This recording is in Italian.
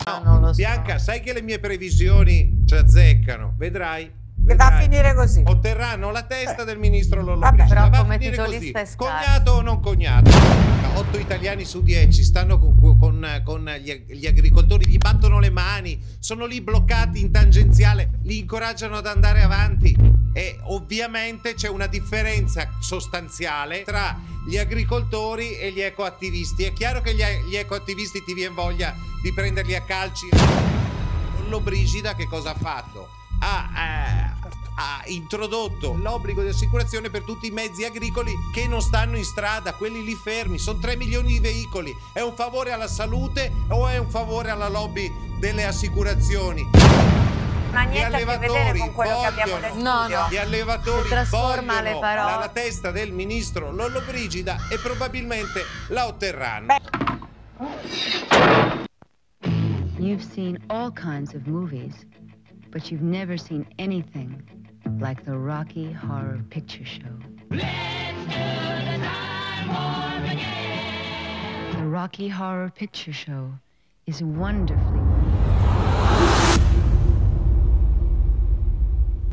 non lo so. Bianca, sai che le mie previsioni ci azzeccano, vedrai. Che va a finire così. Otterranno la testa del ministro Lollobrigida. Però Va a come finire così. titolista è scarso. Cognato o non cognato? 8 italiani su 10 stanno con gli agricoltori, gli battono le mani, sono lì bloccati in tangenziale, li incoraggiano ad andare avanti. E ovviamente c'è una differenza sostanziale tra gli agricoltori e gli ecoattivisti. È chiaro che gli ecoattivisti ti viene voglia di prenderli a calci. Lollobrigida che cosa ha fatto? Ha introdotto l'obbligo di assicurazione per tutti i mezzi agricoli che non stanno in strada, quelli lì fermi. Sono 3 milioni di veicoli. È un favore alla salute o è un favore alla lobby delle assicurazioni? Ma niente a che vedere con quello che abbiamo detto. No. Gli allevatori Trasforma le vogliono parole. la testa del ministro Lollobrigida e probabilmente la otterranno. You've seen all kinds of movies, but you've never seen anything like the Rocky Horror Picture Show. The Rocky Horror Picture Show is wonderfully